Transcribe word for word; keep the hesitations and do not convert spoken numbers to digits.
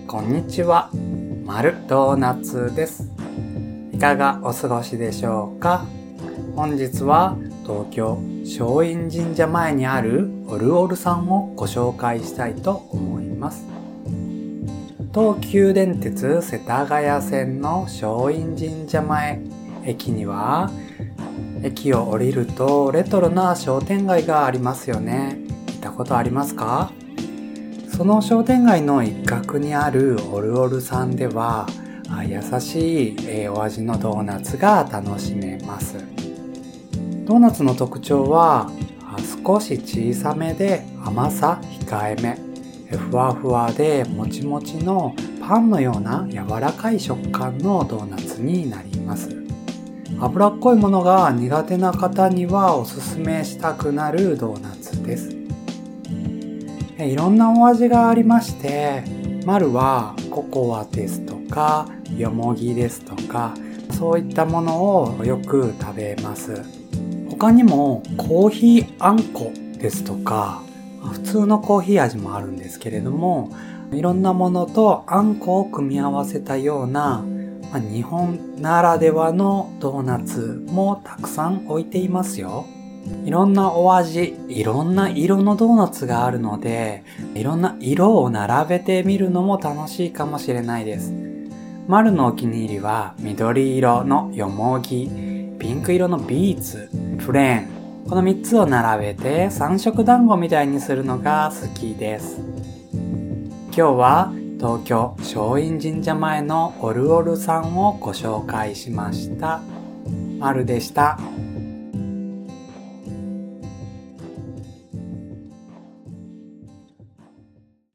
こんにちは、まるドーナツです。いかがお過ごしでしょうか。本日は東京松陰神社前にあるオルオルさんをご紹介したいと思います。東急電鉄世田谷線の松陰神社前駅には、駅を降りるとレトロな商店街がありますよね。見たことありますか？その商店街の一角にあるオルオルさんでは、優しいお味のドーナツが楽しめます。ドーナツの特徴は少し小さめで甘さ控えめ、ふわふわでもちもちのパンのような柔らかい食感のドーナツになります。脂っこいものが苦手な方にはおすすめしたくなるドーナツです。いろんなお味がありまして、丸はココアですとかよもぎですとか、そういったものをよく食べます。他にもコーヒーあんこですとか、普通のコーヒー味もあるんですけれども、いろんなものとあんこを組み合わせたような日本ならではのドーナツもたくさん置いていますよ。いろんなお味、いろんな色のドーナツがあるので、いろんな色を並べてみるのも楽しいかもしれないです。丸のお気に入りは緑色のよもぎ、ピンク色のビーツ、プレーン。このみっつを並べて三色団子みたいにするのが好きです。今日は東京松陰神社前のオルオルさんをご紹介しました。丸でした。